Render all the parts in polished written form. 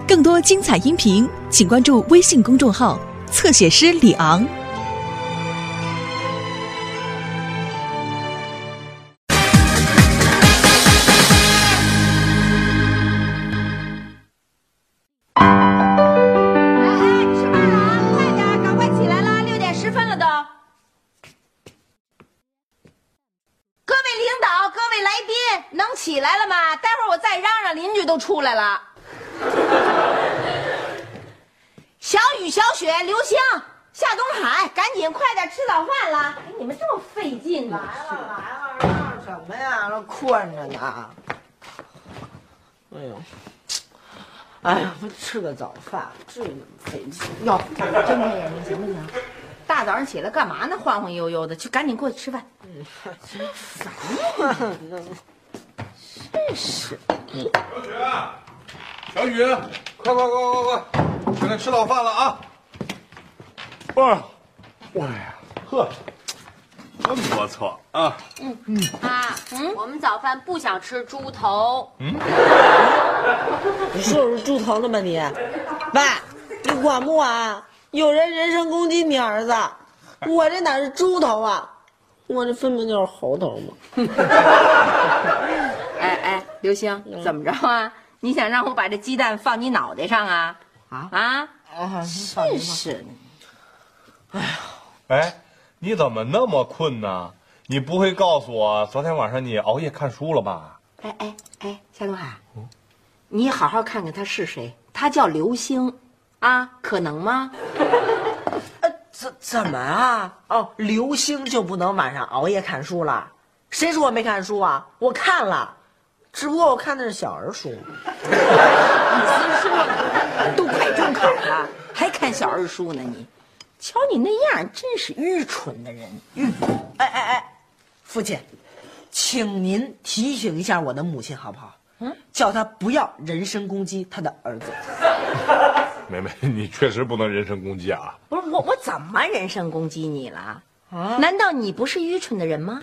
更多精彩音频，请关注微信公众号“侧写师李昂”。 起来了吗？待会儿我再嚷嚷，邻居都出来了。小雨、小雪、刘星、夏东海，赶紧快点吃早饭了！哎，你们这么费劲呢？ 来了，嚷什么呀？那困着呢。哎呀，不吃个早饭，至于那么费劲？ 哟，睁开眼睛行不行？大早上起来干嘛呢？晃晃悠悠的，去赶紧过去吃饭。真烦呢。真是。 小雨，快，快来吃早饭了啊！哎呀，呵，真不错啊。 我们早饭不想吃猪头。 你说我是猪头了吗你？喂，你管不管？有人人身攻击你儿子，我这哪是猪头啊？我这分明就是猴头嘛。 哎，刘星，怎么着啊？你想让我把这鸡蛋放你脑袋上啊？真是。 哎，你怎么那么困呢？你不会告诉我昨天晚上你熬夜看书了吧？ 哎，夏东海，你好好看看他是谁？他叫刘星，啊，可能吗？ 怎么啊？哦，刘星就不能晚上熬夜看书了？谁说我没看书啊？我看了，只不过我看的是小儿书。 你先说呢，都快中考了，还看小儿书呢你？瞧你那样，真是愚蠢的人。 哎，父亲，请您提醒一下我的母亲好不好？叫她不要人身攻击她的儿子。 妹妹，你确实不能人身攻击啊！ 不是我怎么人身攻击你了？难道你不是愚蠢的人吗？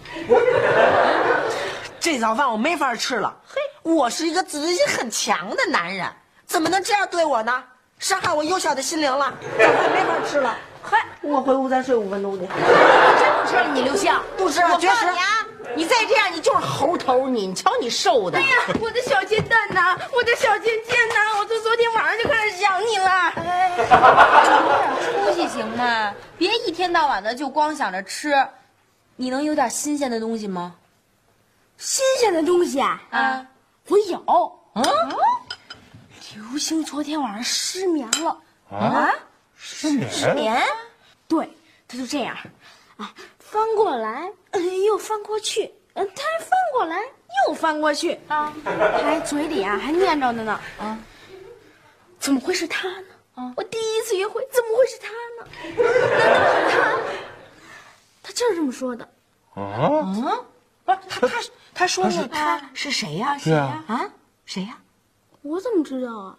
这早饭我没法吃了。嘿，我是一个自尊心很强的男人，怎么能这样对我呢？伤害我幼小的心灵了，早饭没法吃了。嗨，我回屋再睡5分钟去。 我真不吃了，你刘星， 不吃， 我告诉你啊，你再这样，你就是猴头，你瞧你瘦的。 哎呀，我的小煎蛋呐，我的小尖尖呐，我从昨天晚上就开始想你了。有点出息行吗？别一天到晚的就光想着吃，你能有点新鲜的东西吗？ 新鲜的东西啊？我有。刘星昨天晚上失眠了。 失眠？对，他就这样，翻过来，又翻过去，他还翻过来又翻过去，他还嘴里还念叨着呢，怎么会是他呢？我第一次约会，怎么会是他呢？难道是他？他就是这么说的。 不是他说的他是谁呀？ 对啊， 谁呀？ 我怎么知道啊？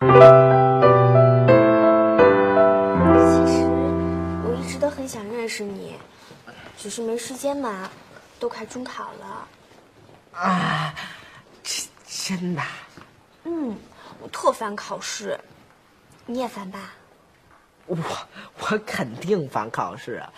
我一直都很想认识你，只是没时间嘛，都快中考了。 真的？ 我特烦考试，你也烦吧？ 我肯定烦考试啊！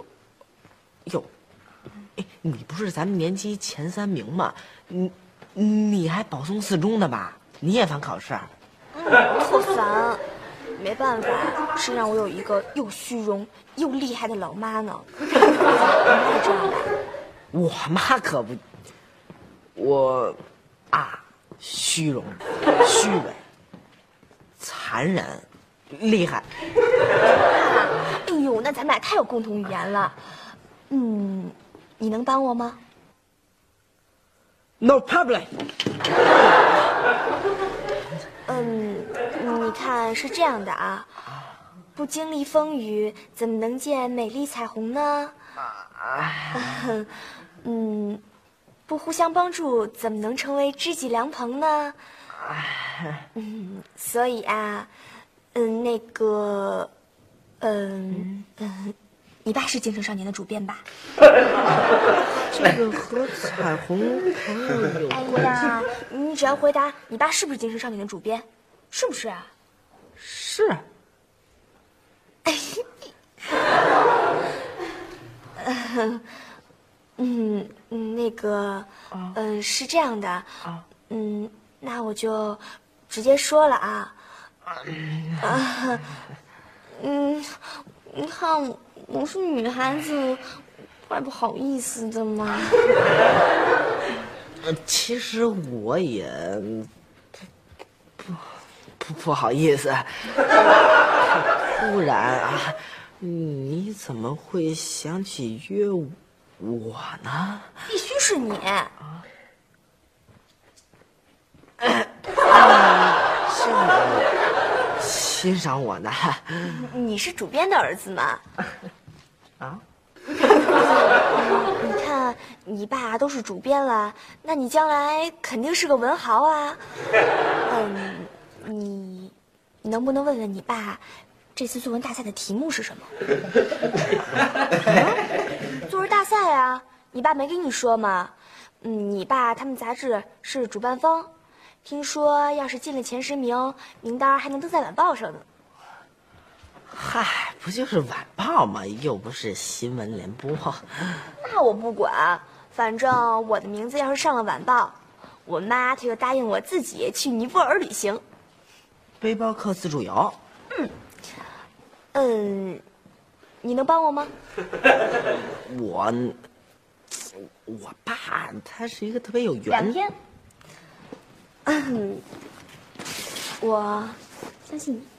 你不是咱们年级前3名吗？你还保送4中的吧？你也烦考试？ 特烦。没办法，谁让我有一个又虚荣又厉害的老妈呢？你妈也这样吧？ 我妈可不，虚荣、虚伪、残忍、厉害。 哎呦，那咱们俩太有共同语言了。你能帮我吗？ No problem。 你看是这样的啊，不经历风雨，怎么能见美丽彩虹呢？不互相帮助，怎么能成为知己良朋呢？所以啊，你爸是《京城少年》的主编吧？ 这个和彩虹朋友有哎呀，你只要回答你爸是不是《京城少年》的主编，是不是啊？ 是。 那个，是这样的，那我就直接说了啊。你看我是女孩子，怪不好意思的嘛。 其实我也不好意思。突然啊，你怎么会想起约我呢？ 必须是你。 是你欣赏我呢？ 你是主编的儿子嘛？ 啊？ 你看你爸都是主编了，那你将来肯定是个文豪啊。你能不能问问你爸，这次作文大赛的题目是什么？作文大赛啊，你爸没跟你说吗？你爸他们杂志是主办方，听说要是进了前10名，名单还能登在晚报上呢。 嗨，不就是晚报吗？又不是新闻联播。 那我不管，反正我的名字要是上了晚报，我妈她就答应我自己去尼泊尔旅行。 背包客自助游。 你能帮我吗？ 我爸他是一个特别有缘。 2天。我相信你。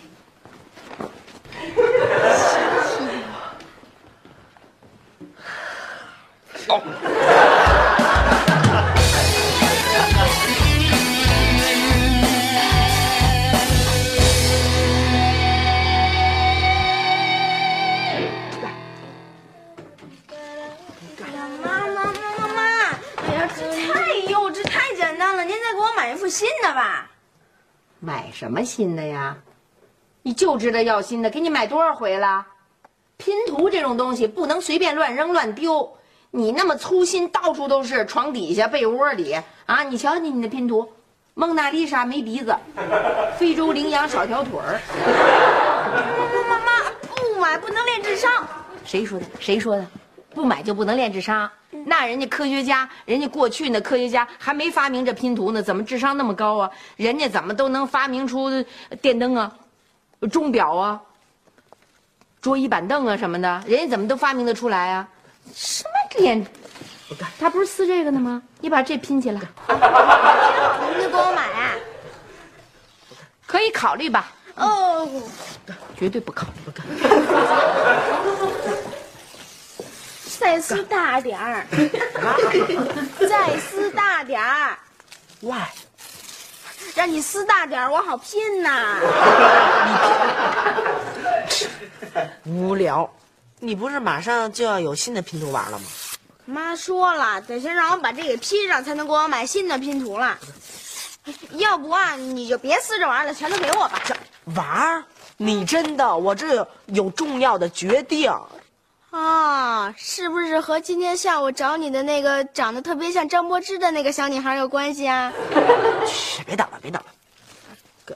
妈！哎呀，这太幼稚，太简单了。您再给我买一副新的吧。买什么新的呀？你就知道要新的，给你买多少回了？拼图这种东西不能随便乱扔乱丢。你那么粗心，到处都是，床底下、被窝里啊！你瞧瞧你的拼图，蒙娜丽莎没鼻子，非洲羚羊少条腿儿。妈，不买不能练智商。谁说的？谁说的？不买就不能练智商？那人家科学家，人家过去呢，科学家还没发明这拼图呢，怎么智商那么高啊？人家怎么都能发明出电灯啊、钟表啊、桌椅板凳啊什么的，人家怎么都发明得出来啊？什么练？他不是撕这个的吗？你把这拼起来。 您就给我买啊？ 可以考虑吧。 哦， 绝对不考虑。 再撕大点儿，再撕大点儿。 喂， 让你撕大点儿，我好拼呐。 无聊。你不是马上就要有新的拼图玩了吗？ 妈说了，得先让我把这给拼上，才能给我买新的拼图了。要不啊，你就别撕这玩意儿了，全都给我吧。 这玩儿？你真的？我这有重要的决定。 啊，是不是和今天下午找你的那个长得特别像张柏芝的那个小女孩有关系啊？ 嘘，别捣了，别捣了。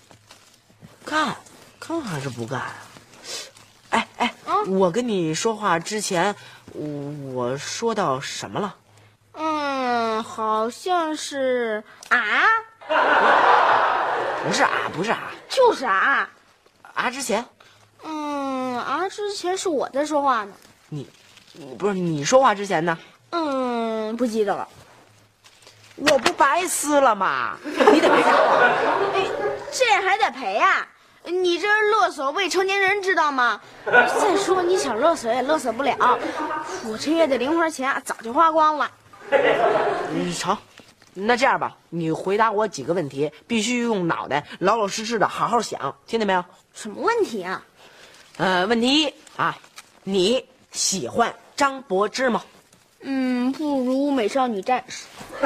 干还是不干啊？哎，我跟你说话之前，我说到什么了？ 好像是啊， 不是啊， 就是啊。 之前， 之前是我在说话呢。 你不是你说话之前呢？ 不记得了。 我不白撕了吗？你得赔偿。 这还得赔啊？你这勒索未成年人知道吗？再说你想勒索也勒索不了，我这月的零花钱早就花光了。 成，那这样吧，你回答我几个问题，必须用脑袋，老老实实的好好想，听见没有？ 什么问题啊？ 问题1啊，你喜欢张柏芝吗？ 不如美少女战士。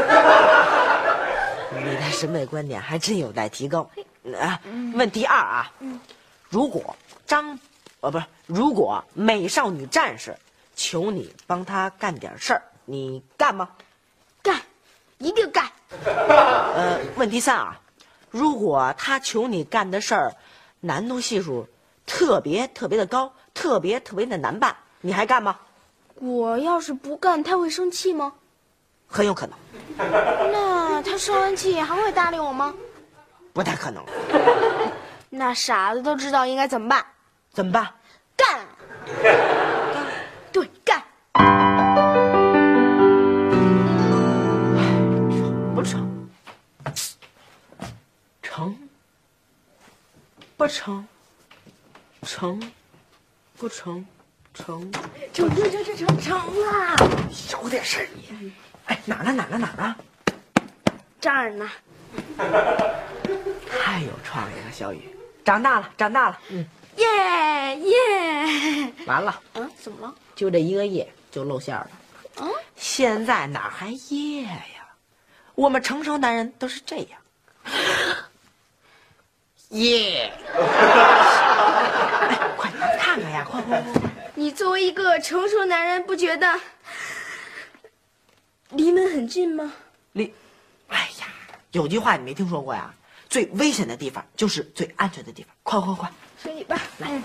你的审美观点还真有待提高。问题2啊，如果如果美少女战士求你帮他干点事儿，你干吗？ 干，一定干。 问题3啊，如果他求你干的事儿难度系数特别的高，特别的难办，你还干吗？ 我要是不干，他会生气吗？ 很有可能。 那他生完气还会搭理我吗？ 不太可能。 那傻子都知道应该怎么办？ 怎么办？ 干！对，干！ 不成，成，不成，成，不成，成， 成啦！ 有点事儿你。哎，哪呢？ 这儿呢。 太有创意了，小雨，长大了。 耶！ 完了， 怎么了？ 就这一个夜就露馅了。现在哪还夜呀？我们成熟男人都是这样。耶！哎，快看看呀，快！ 你作为一个成熟男人，不觉得离门很近吗？ 哎呀，有句话你没听说过呀？最危险的地方就是最安全的地方。快！ 随你吧， 来。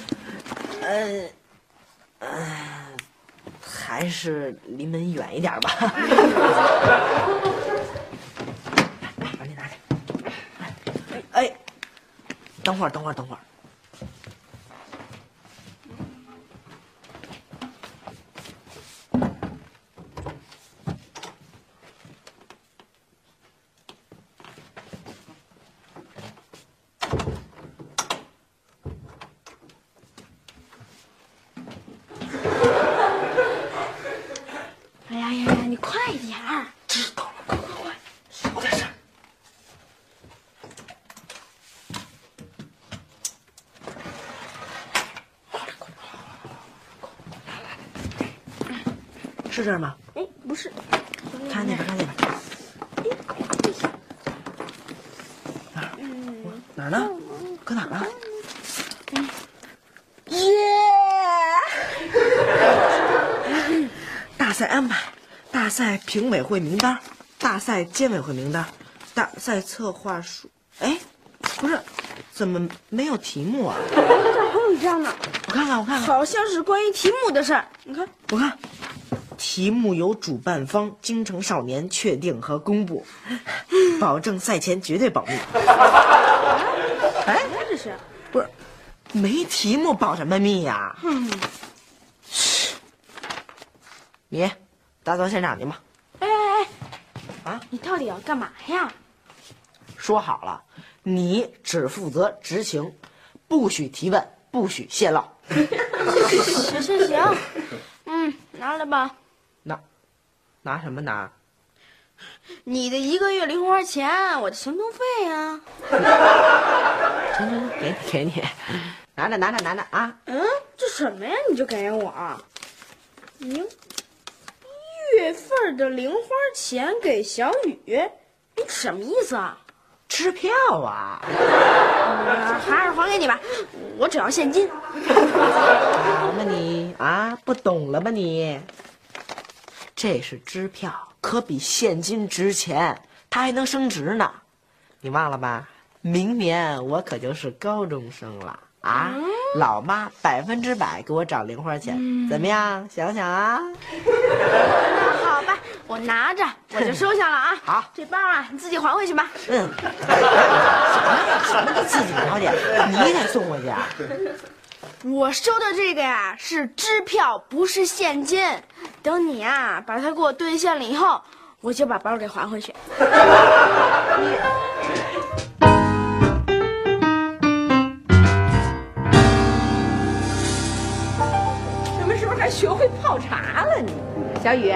还是离门远一点吧。把你拿去。哎，等会儿。 你快点儿！ 知道了，快！有点事儿。是这儿吗？ 哎，不是， 看那边。哪儿呢？搁哪儿呢？大赛安排，大赛评委会名单，大赛监委会名单，大赛策划书。哎，不是，怎么没有题目啊？ 这儿还有一张呢。 我看看， 好像是关于题目的事儿。你看， 我看，题目由主办方京城少年确定和公布，保证赛前绝对保密。哎， 这是不是没题目保什么密呀？你打扫现场去吧。 哎， 啊， 你到底要干嘛呀？ 说好了，你只负责执行，不许提问，不许泄露。 行，拿来吧。 拿什么拿？ 你的1个月零花钱，我的行动费啊。 行，给你，拿着啊。 这什么呀？你就给我1月份的零花钱给小雨，你什么意思啊？ 支票啊。 还是还给你吧，我只要现金。 好吗你啊？不懂了吧你？这是支票，可比现金值钱，它还能升值呢。你忘了吧？明年我可就是高中生了啊！老妈100%给我涨零花钱，怎么样？想想啊？ 那好吧，我拿着，我就收下了啊。 好， 这包啊，你自己还回去吧。 什么你自己了解？你得送回去啊？ 我收的这个呀是支票，不是现金。等你啊把它给我兑现了以后，我就把包给还回去。 什么时候还学会泡茶了你？小雨，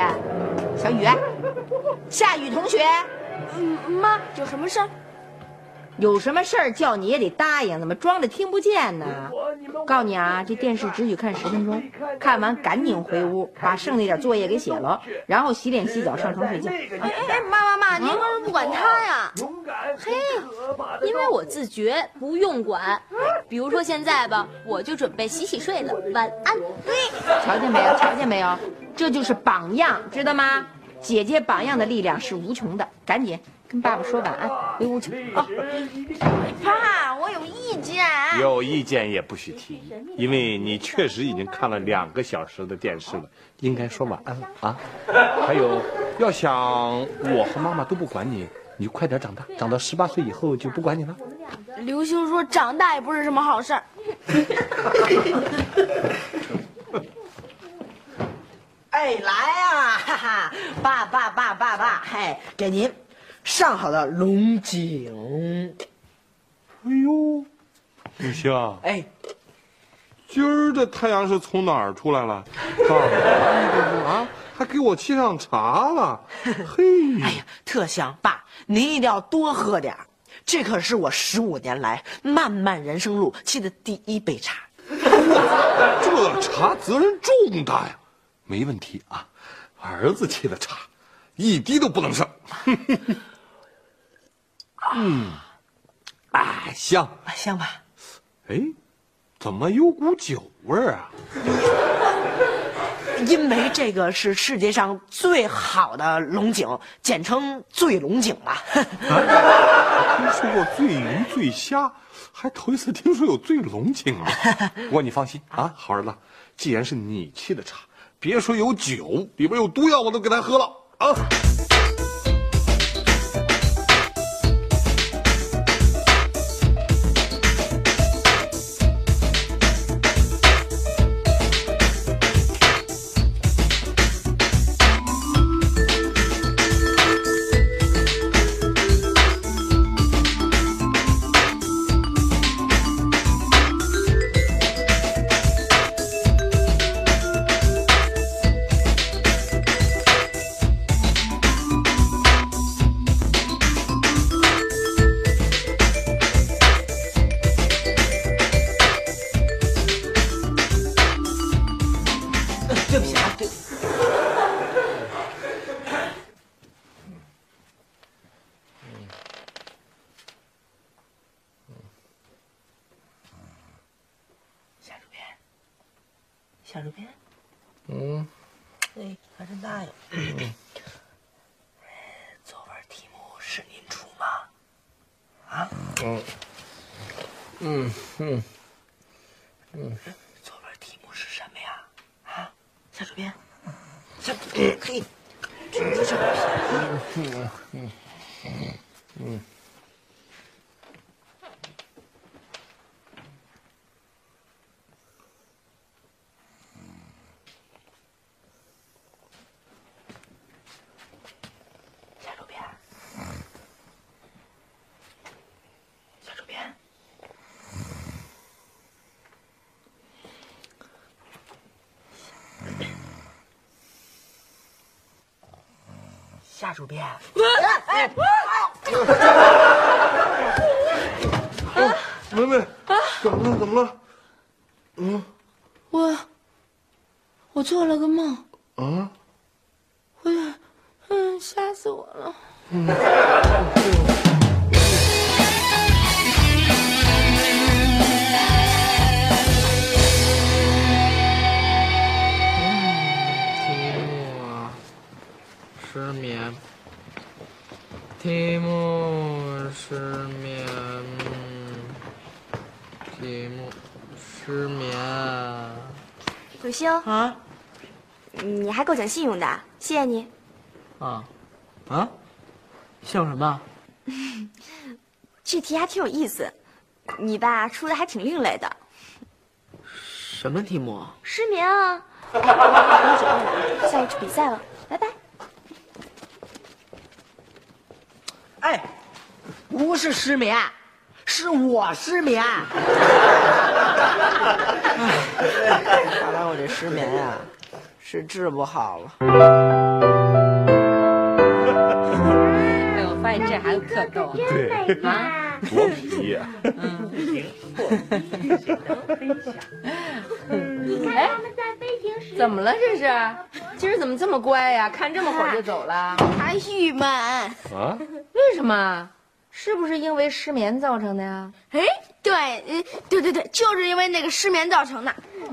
夏雨同学， 妈，有什么事儿？ 有什么事儿叫你也得答应，怎么装着听不见呢？告诉你啊，这电视只许看10分钟，看完赶紧回屋，把剩那点作业给写了，然后洗脸洗脚上床睡觉。 妈，您为什么不管他呀？ 嘿，因为我自觉，不用管。比如说现在吧，我就准备洗睡了，晚安。 瞧见没有？这就是榜样，知道吗？姐姐榜样的力量是无穷的，赶紧跟爸爸说晚安，回屋去。 爸，我有有意见。 有意见也不许提，因为你确实已经看了2个小时的电视了，应该说晚安了啊。还有，要想我和妈妈都不管你，你就快点长大，长到18岁以后就不管你了。 刘星说长大也不是什么好事儿。 哎，来呀，哈哈，爸，嘿，给您上好的龙井。 哎呦，刘星， 哎， 今儿这太阳是从哪儿出来了？干嘛啊？还给我沏上茶了。嘿， 哎呀，特香，爸，您一定要多喝点儿，这可是我15年来漫漫人生路沏的第1杯茶。 这茶责任重大呀。没问题啊，儿子沏的茶，一滴都不能剩。哎，香， 香吧？ 哎，怎么有股酒味儿啊？ 因为这个是世界上最好的龙井，简称醉龙井嘛。 听说过醉鱼、醉虾，还头一次听说有醉龙井啊！不过你放心啊，好儿子，既然是你沏的茶，别说有酒，里边有毒药我都给他喝了啊！ 对不起啊，对。夏主编，哎，还真答应。作文题目是您出吗？啊？作文题目是什么呀？啊，夏主编，夏主编，嘿，这照片。夏主编， 妹妹，怎么了？怎么了？ 我做了个梦， 啊？ 吓死我了。 失眠，题目失眠，题目失眠。 柳星啊， 你还够讲信用的，谢谢你。 姓什么？ 这题还挺有意思，你吧出的还挺另类的。 什么题目？ 失眠啊！我准备了，下午去比赛了，拜拜。 哎，不是失眠，是我失眠。看来我这失眠呀，是治不好了。 哎，我发现这孩子特逗。 对啊，多皮呀！ 哎，怎么了这是？今儿怎么这么乖呀？看这么会儿就走了？ 还郁闷啊？ 为什么？是不是因为失眠造成的呀？ 哎，对，对，就是因为那个失眠造成的。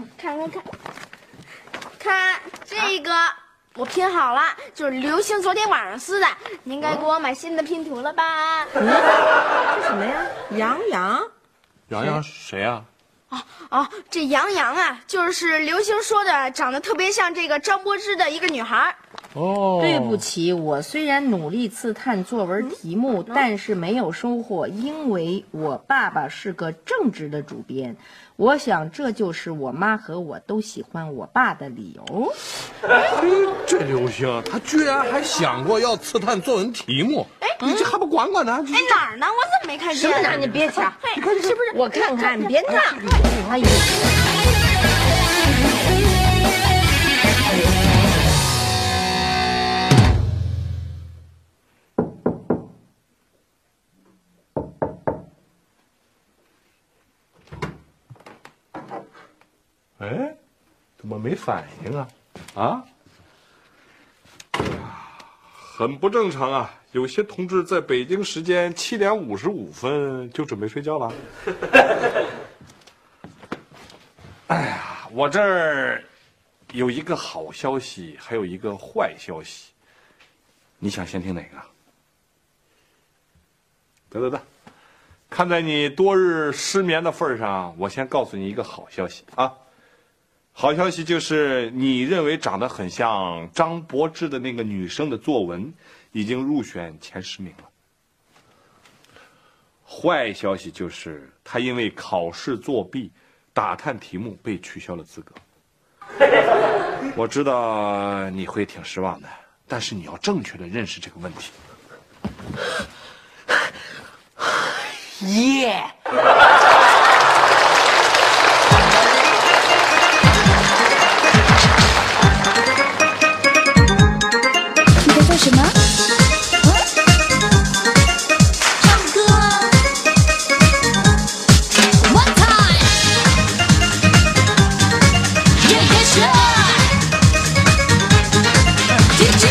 看这个，我拼好了，就是刘星昨天晚上撕的。您该给我买新的拼图了吧？ 这什么呀？杨洋？ 洋洋谁啊？ 这杨洋啊，就是流行说的长得特别像这个张柏芝的一个女孩。 哦， 对不起，我虽然努力刺探作文题目，但是没有收获，因为我爸爸是个正直的主编。我想这就是我妈和我都喜欢我爸的理由。 这流星，他居然还想过要刺探作文题目。你这还不管管呢？ 哪儿呢？我怎么没看见？ 什么呢？你别抢！ 你看是不是？ 我看看，你别闹！哎呦！ 哎，怎么没反应啊？啊？很不正常啊！有些同志在北京时间7点55分就准备睡觉了。哎呀，我这儿有一个好消息，还有一个坏消息。你想先听哪个？得，看在你多日失眠的份上，我先告诉你一个好消息啊！好消息就是你认为长得很像张柏芝的那个女生的作文已经入选前10名了。坏消息就是她因为考试作弊打探题目被取消了资格。我知道你会挺失望的，但是你要正确的认识这个问题。 耶！ 你在做什么？唱歌。One time。Yeah yeah sure。DJ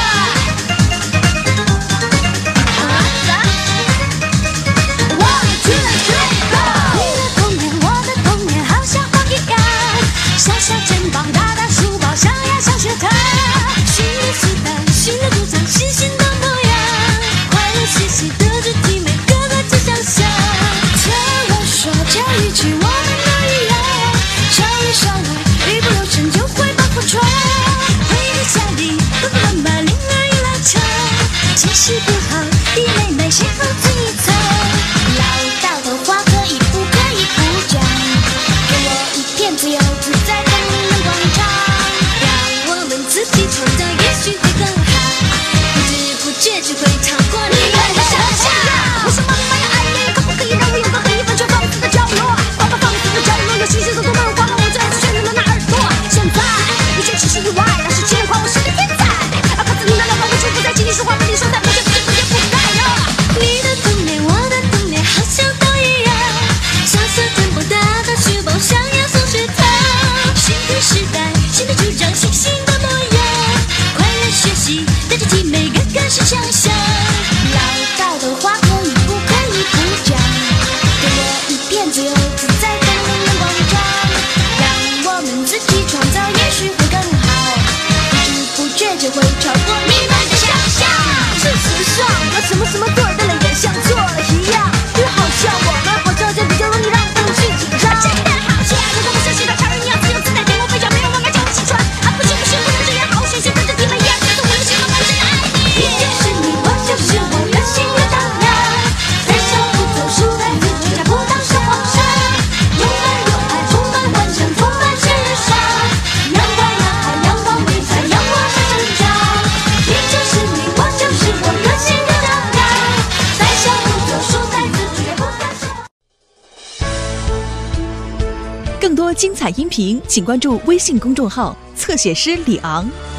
boy。One two three go。你的童年，我的童年，好像风一样，小小肩膀，大大书包，上呀上学堂。新的时代，新的主张，新新的模样，快乐学习的主题，每个个只想象。听我说，这一句我们都一样，少一上来，一不留神就会把破窗。回到家里，爸爸妈妈铃儿一拉长，其实不好，弟妹妹谁好自己藏。唠叨的话可以不可以不讲？给我一片自由自在的人人广场，让我们自己创造，也许会更好，不知不觉就会超过你们的想象。我说妈妈呀，爱你，可不可以让我有个可以完全放肆的角落？爸爸放肆的角落有新鲜的动漫画，我最爱是炫耀的那耳朵。现在一切只是意外，那是情况，我是个天才。啊，告诉你那两话，我绝不再轻易说话，跟你说再不见不见不见不该了。你的童年，我的童年，好像都一样，小小肩膀，大大书包，上呀上学堂。新的时代，新的主张，新新的模样，快乐学习的主题，每个个是想象。唠叨的话可以不可以不讲？给我一片自由自在的人人广场，让我们自己创造，也许会更好，不知不觉就会超过你们的想象。事实上，我什么什么对的了，也像做了一样，就好像我们好像就比较容易让东西紧张。真的好像，如果不休息的常人一样自由自在，天空飞翔，没有妈妈叫我起床。啊，不行不行，不能这样，好好学习，跟着你们一样，跟着我流行，我真的爱你。你就是你，我就是我，任性的荡漾，在小不走书呆子，指甲不当小皇上，有爱有爱，充满幻想，充满时尚，阳光男孩，阳光美才，让我们成长。你就是你，我就是我，任性的荡漾，在小不走书呆子，指甲不当小。 更多精彩音频，请关注微信公众号“侧写师李昂”。